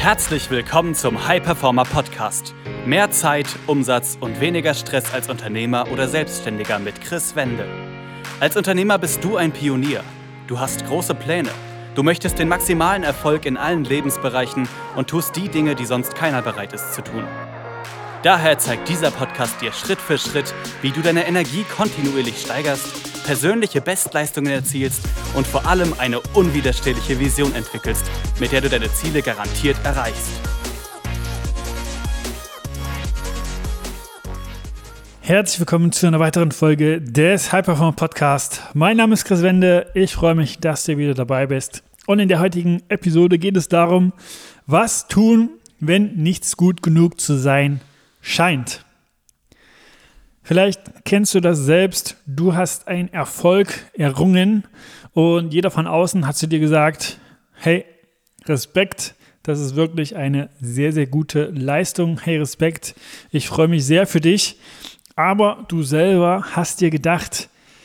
Herzlich willkommen zum High Performer Podcast. Mehr Zeit, Umsatz und weniger Stress als Unternehmer oder Selbstständiger mit Chris Wende. Als Unternehmer bist du ein Pionier. Du hast große Pläne. Du möchtest den maximalen Erfolg in allen Lebensbereichen und tust die Dinge, die sonst keiner bereit ist zu tun. Daher zeigt dieser Podcast dir Schritt für Schritt, wie du deine Energie kontinuierlich steigerst, persönliche Bestleistungen erzielst und vor allem eine unwiderstehliche Vision entwickelst, mit der du deine Ziele garantiert erreichst. Herzlich willkommen zu einer weiteren Folge des High Performer Podcast. Mein Name ist Chris Wende, ich freue mich, dass du wieder dabei bist. Und in der heutigen Episode geht es darum, was tun, wenn nichts gut genug zu sein scheint. Vielleicht kennst du das selbst, du hast einen Erfolg errungen und jeder von außen hat zu dir gesagt, hey, Respekt, das ist wirklich eine sehr, sehr gute Leistung, hey Respekt, ich freue mich sehr für dich, aber du selber hast dir gedacht,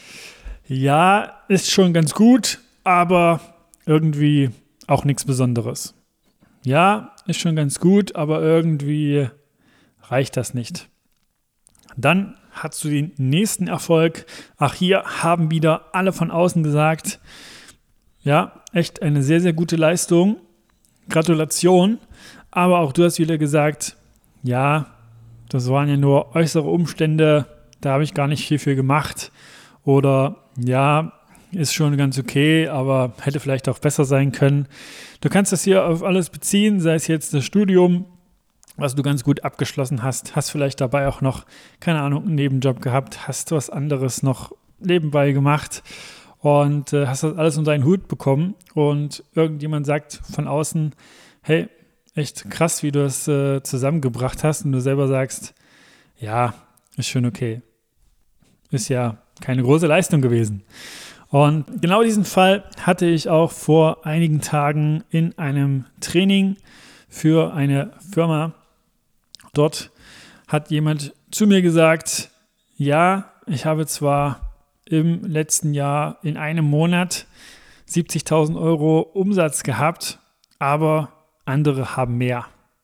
ja, ist schon ganz gut, aber irgendwie auch nichts Besonderes. Ja, ist schon ganz gut, aber irgendwie reicht das nicht. Dann hast du den nächsten Erfolg. Ach, hier haben wieder alle von außen gesagt, ja, echt eine sehr, sehr gute Leistung. Gratulation. Aber auch du hast wieder gesagt, ja, das waren ja nur äußere Umstände, da habe ich gar nicht viel für gemacht. Oder ja, ist schon ganz okay, aber hätte vielleicht auch besser sein können. Du kannst das hier auf alles beziehen, sei es jetzt das Studium, was du ganz gut abgeschlossen hast, hast vielleicht dabei auch noch, keine Ahnung, einen Nebenjob gehabt, hast was anderes noch nebenbei gemacht und hast das alles unter einen Hut bekommen und irgendjemand sagt von außen, hey, echt krass, wie du das zusammengebracht hast und du selber sagst, ja, ist schon okay. Ist ja keine große Leistung gewesen. Und genau diesen Fall hatte ich auch vor einigen Tagen in einem Training für eine Firma. Dort hat jemand zu mir gesagt, ja, ich habe zwar im letzten Jahr in einem Monat 70.000 Euro Umsatz gehabt, aber andere haben mehr.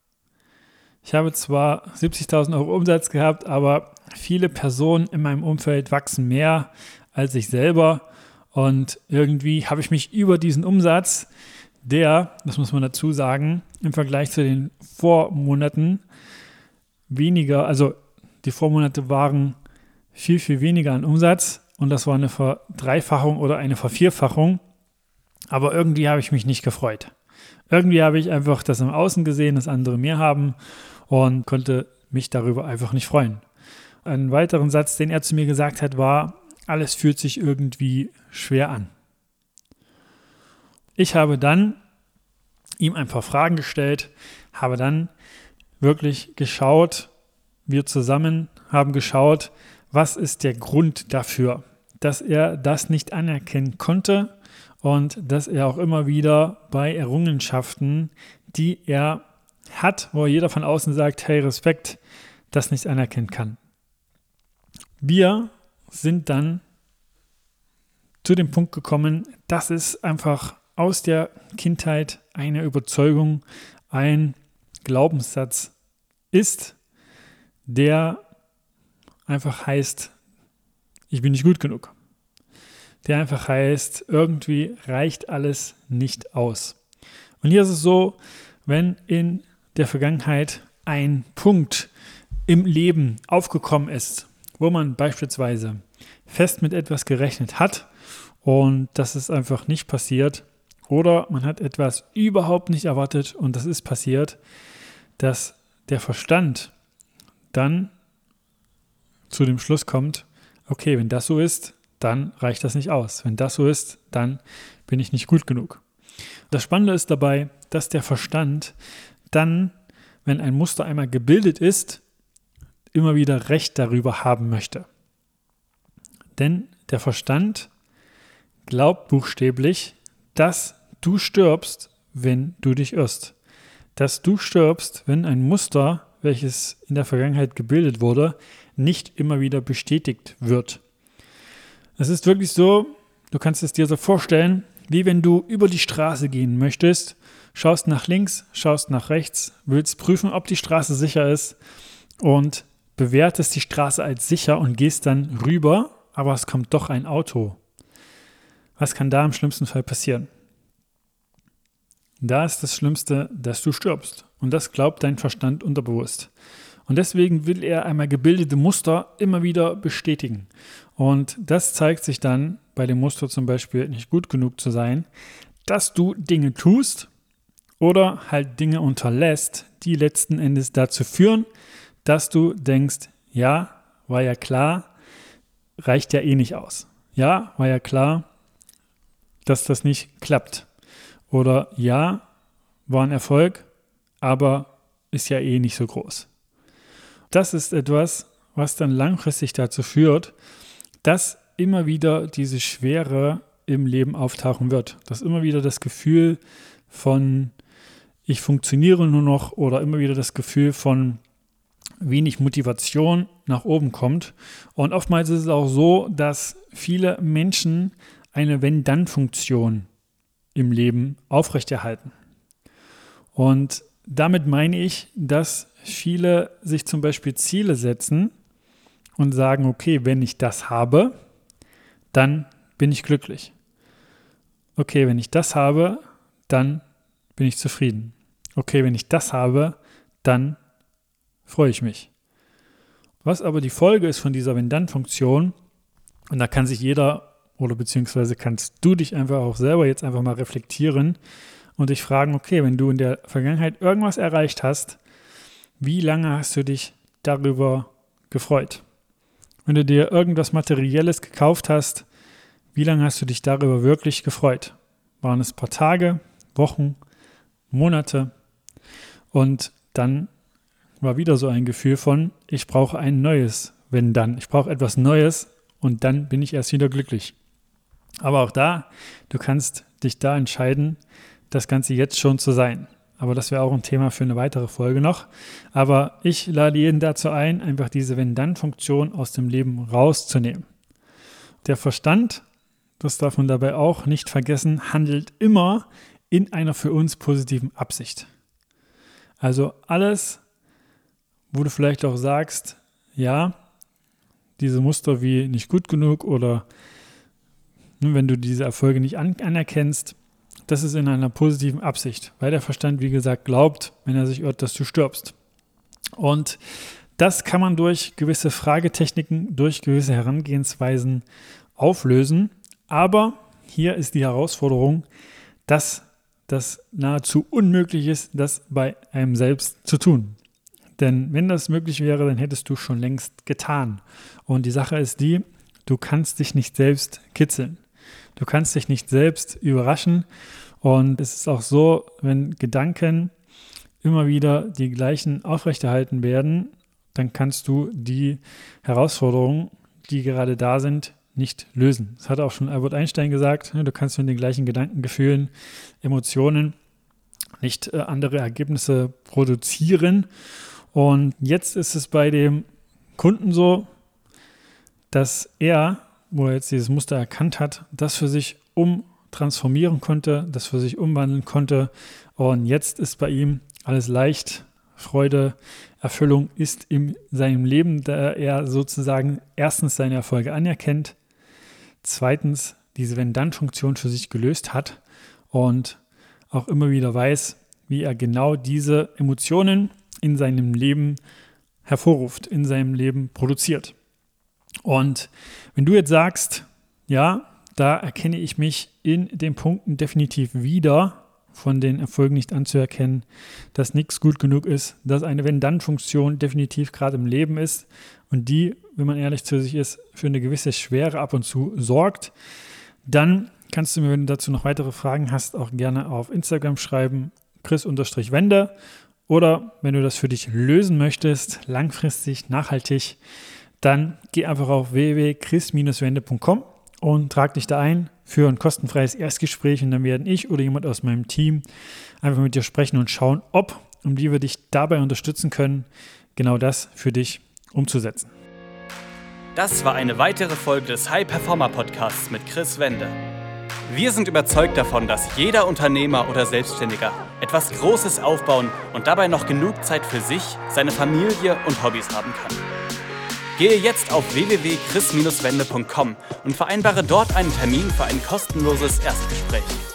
Ich habe zwar 70.000 Euro Umsatz gehabt, aber viele Personen in meinem Umfeld wachsen mehr als ich selber und irgendwie habe ich mich über diesen Umsatz, der, das muss man dazu sagen, im Vergleich zu den Vormonaten weniger, also die Vormonate waren viel, viel weniger an Umsatz und das war eine Verdreifachung oder eine Vervierfachung, aber irgendwie habe ich mich nicht gefreut. Irgendwie habe ich einfach das im Außen gesehen, dass andere mehr haben und konnte mich darüber einfach nicht freuen. Einen weiteren Satz, den er zu mir gesagt hat, war, alles fühlt sich irgendwie schwer an. Ich habe dann ihm ein paar Fragen gestellt, habe dann wirklich geschaut, wir zusammen haben geschaut, was ist der Grund dafür, dass er das nicht anerkennen konnte und dass er auch immer wieder bei Errungenschaften, die er hat, wo jeder von außen sagt, hey, Respekt, das nicht anerkennen kann. Wir sind dann zu dem Punkt gekommen, dass es einfach aus der Kindheit eine Überzeugung, ein Glaubenssatz ist, der einfach heißt, ich bin nicht gut genug. Der einfach heißt, irgendwie reicht alles nicht aus. Und hier ist es so, wenn in der Vergangenheit ein Punkt im Leben aufgekommen ist, wo man beispielsweise fest mit etwas gerechnet hat und das ist einfach nicht passiert, oder man hat etwas überhaupt nicht erwartet und das ist passiert, dass der Verstand dann zu dem Schluss kommt, okay, wenn das so ist, dann reicht das nicht aus. Wenn das so ist, dann bin ich nicht gut genug. Das Spannende ist dabei, dass der Verstand dann, wenn ein Muster einmal gebildet ist, immer wieder Recht darüber haben möchte. Denn der Verstand glaubt buchstäblich, dass du stirbst, wenn du dich irrst. Dass du stirbst, wenn ein Muster, welches in der Vergangenheit gebildet wurde, nicht immer wieder bestätigt wird. Es ist wirklich so, du kannst es dir so vorstellen, wie wenn du über die Straße gehen möchtest, schaust nach links, schaust nach rechts, willst prüfen, ob die Straße sicher ist und bewertest die Straße als sicher und gehst dann rüber, aber es kommt doch ein Auto. Was kann da im schlimmsten Fall passieren? Da ist das Schlimmste, dass du stirbst. Und das glaubt dein Verstand unterbewusst. Und deswegen will er einmal gebildete Muster immer wieder bestätigen. Und das zeigt sich dann bei dem Muster zum Beispiel nicht gut genug zu sein, dass du Dinge tust oder halt Dinge unterlässt, die letzten Endes dazu führen, dass du denkst, ja, war ja klar, reicht ja eh nicht aus. Ja, war ja klar, dass das nicht klappt. Oder ja, war ein Erfolg, aber ist ja eh nicht so groß. Das ist etwas, was dann langfristig dazu führt, dass immer wieder diese Schwere im Leben auftauchen wird. Dass immer wieder das Gefühl von ich funktioniere nur noch oder immer wieder das Gefühl von wenig Motivation nach oben kommt. Und oftmals ist es auch so, dass viele Menschen eine Wenn-Dann-Funktion im Leben aufrechterhalten. Und damit meine ich, dass viele sich zum Beispiel Ziele setzen und sagen, okay, wenn ich das habe, dann bin ich glücklich. Okay, wenn ich das habe, dann bin ich zufrieden. Okay, wenn ich das habe, dann freue ich mich. Was aber die Folge ist von dieser Wenn-Dann-Funktion, und da kann sich jeder oder beziehungsweise kannst du dich einfach auch selber jetzt einfach mal reflektieren und dich fragen, okay, wenn du in der Vergangenheit irgendwas erreicht hast, wie lange hast du dich darüber gefreut? Wenn du dir irgendwas Materielles gekauft hast, wie lange hast du dich darüber wirklich gefreut? Waren es ein paar Tage, Wochen, Monate? Und dann war wieder so ein Gefühl von, ich brauche ein neues, wenn dann. Ich brauche etwas Neues und dann bin ich erst wieder glücklich. Aber auch da, du kannst dich da entscheiden, das Ganze jetzt schon zu sein. Aber das wäre auch ein Thema für eine weitere Folge noch. Aber ich lade jeden dazu ein, einfach diese Wenn-Dann-Funktion aus dem Leben rauszunehmen. Der Verstand, das darf man dabei auch nicht vergessen, handelt immer in einer für uns positiven Absicht. Also alles, wo du vielleicht auch sagst, ja, diese Muster wie nicht gut genug oder wenn du diese Erfolge nicht anerkennst, das ist in einer positiven Absicht, weil der Verstand, wie gesagt, glaubt, wenn er sich irrt, dass du stirbst. Und das kann man durch gewisse Fragetechniken, durch gewisse Herangehensweisen auflösen. Aber hier ist die Herausforderung, dass das nahezu unmöglich ist, das bei einem selbst zu tun. Denn wenn das möglich wäre, dann hättest du schon längst getan. Und die Sache ist die, du kannst dich nicht selbst kitzeln. Du kannst dich nicht selbst überraschen und es ist auch so, wenn Gedanken immer wieder die gleichen aufrechterhalten werden, dann kannst du die Herausforderungen, die gerade da sind, nicht lösen. Das hat auch schon Albert Einstein gesagt, du kannst mit den gleichen Gedanken, Gefühlen, Emotionen nicht andere Ergebnisse produzieren. Und jetzt ist es bei dem Kunden so, dass er, wo er jetzt dieses Muster erkannt hat, das für sich umtransformieren konnte, das für sich umwandeln konnte. Und jetzt ist bei ihm alles leicht, Freude, Erfüllung ist in seinem Leben, da er sozusagen erstens seine Erfolge anerkennt, zweitens diese Wenn-Dann-Funktion für sich gelöst hat und auch immer wieder weiß, wie er genau diese Emotionen in seinem Leben hervorruft, in seinem Leben produziert. Und wenn du jetzt sagst, ja, da erkenne ich mich in den Punkten definitiv wieder, von den Erfolgen nicht anzuerkennen, dass nichts gut genug ist, dass eine Wenn-Dann-Funktion definitiv gerade im Leben ist und die, wenn man ehrlich zu sich ist, für eine gewisse Schwere ab und zu sorgt, dann kannst du mir, wenn du dazu noch weitere Fragen hast, auch gerne auf Instagram schreiben, chris_wende, oder wenn du das für dich lösen möchtest, langfristig, nachhaltig, dann geh einfach auf www.chris-wende.com und trag dich da ein für ein kostenfreies Erstgespräch und dann werden ich oder jemand aus meinem Team einfach mit dir sprechen und schauen, ob und wie wir dich dabei unterstützen können, genau das für dich umzusetzen. Das war eine weitere Folge des High Performer Podcasts mit Chris Wende. Wir sind überzeugt davon, dass jeder Unternehmer oder Selbstständiger etwas Großes aufbauen und dabei noch genug Zeit für sich, seine Familie und Hobbys haben kann. Gehe jetzt auf www.chris-wende.com und vereinbare dort einen Termin für ein kostenloses Erstgespräch.